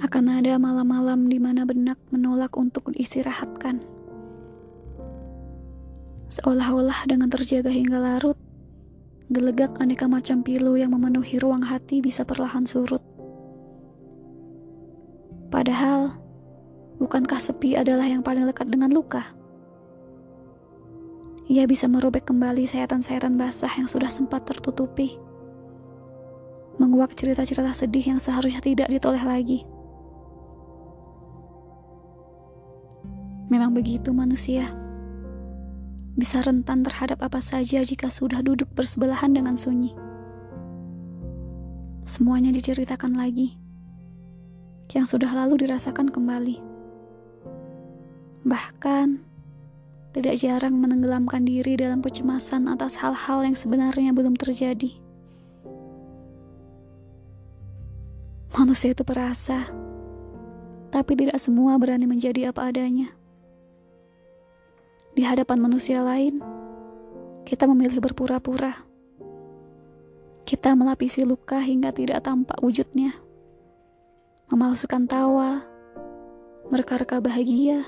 Akan ada malam-malam di mana benak menolak untuk diistirahatkan. Seolah-olah dengan terjaga hingga larut, gelegak aneka macam pilu yang memenuhi ruang hati bisa perlahan surut. Padahal, bukankah sepi adalah yang paling lekat dengan luka? Ia bisa merobek kembali sayatan-sayatan basah yang sudah sempat tertutupi, menguak cerita-cerita sedih yang seharusnya tidak ditoleh lagi. Memang begitu manusia, bisa rentan terhadap apa saja jika sudah duduk bersebelahan dengan sunyi. Semuanya diceritakan lagi, yang sudah lalu dirasakan kembali. Bahkan, tidak jarang menenggelamkan diri dalam kecemasan atas hal-hal yang sebenarnya belum terjadi. Manusia itu perasa, tapi tidak semua berani menjadi apa adanya. Di hadapan manusia lain, kita memilih berpura-pura. Kita melapisi luka hingga tidak tampak wujudnya. Memalsukan tawa, mereka-reka bahagia.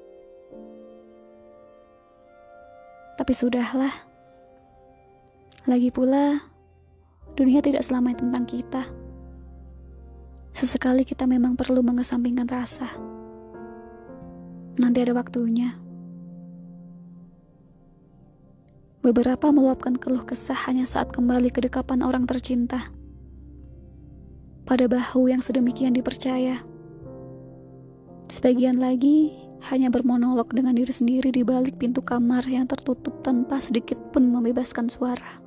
Tapi sudahlah. Lagi pula, dunia tidak selamanya tentang kita. Sesekali kita memang perlu mengesampingkan rasa. Nanti ada waktunya. Beberapa meluapkan keluh kesah hanya saat kembali ke dekapan orang tercinta. Pada bahu yang sedemikian dipercaya. Sebagian lagi hanya bermonolog dengan diri sendiri di balik pintu kamar yang tertutup tanpa sedikit pun membebaskan suara.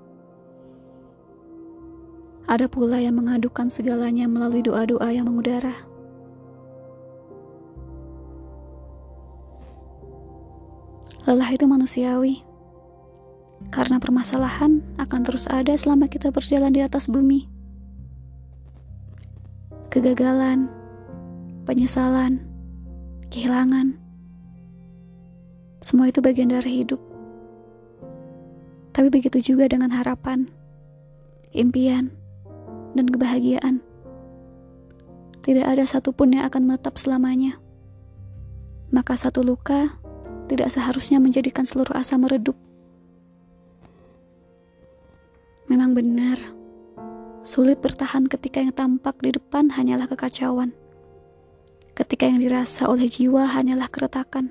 Ada pula yang mengadukan segalanya melalui doa-doa yang mengudara. Lelah itu manusiawi. Karena permasalahan akan terus ada selama kita berjalan di atas bumi. Kegagalan, penyesalan, kehilangan, semua itu bagian dari hidup. Tapi begitu juga dengan harapan, impian, dan kebahagiaan. Tidak ada satupun yang akan menetap selamanya. Maka satu luka tidak seharusnya menjadikan seluruh asa meredup. Memang benar, sulit bertahan ketika yang tampak di depan hanyalah kekacauan. Ketika yang dirasa oleh jiwa hanyalah keretakan.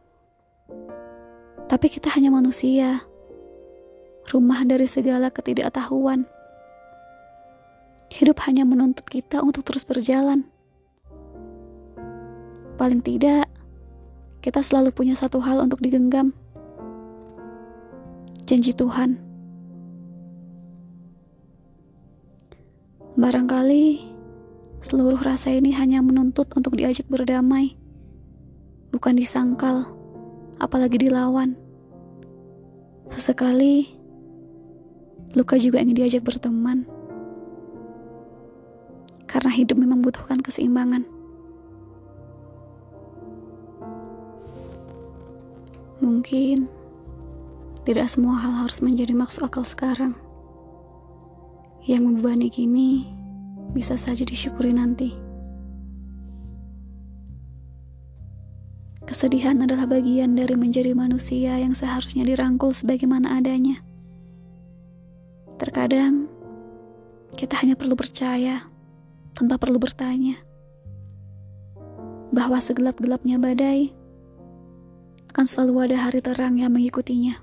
Tapi kita hanya manusia, rumah dari segala ketidaktahuan. Hidup hanya menuntut kita untuk terus berjalan. Paling tidak, kita selalu punya satu hal untuk digenggam. Janji Tuhan. Barangkali seluruh rasa ini hanya menuntut untuk diajak berdamai, bukan disangkal, apalagi dilawan. Sesekali, luka juga ingin diajak berteman. Karena hidup memang membutuhkan keseimbangan. Mungkin tidak semua hal harus menjadi maksud akal sekarang. Yang membebani kini bisa saja disyukuri nanti. Kesedihan adalah bagian dari menjadi manusia yang seharusnya dirangkul sebagaimana adanya. Terkadang kita hanya perlu percaya tanpa perlu bertanya bahwa segelap-gelapnya badai akan selalu ada hari terang yang mengikutinya.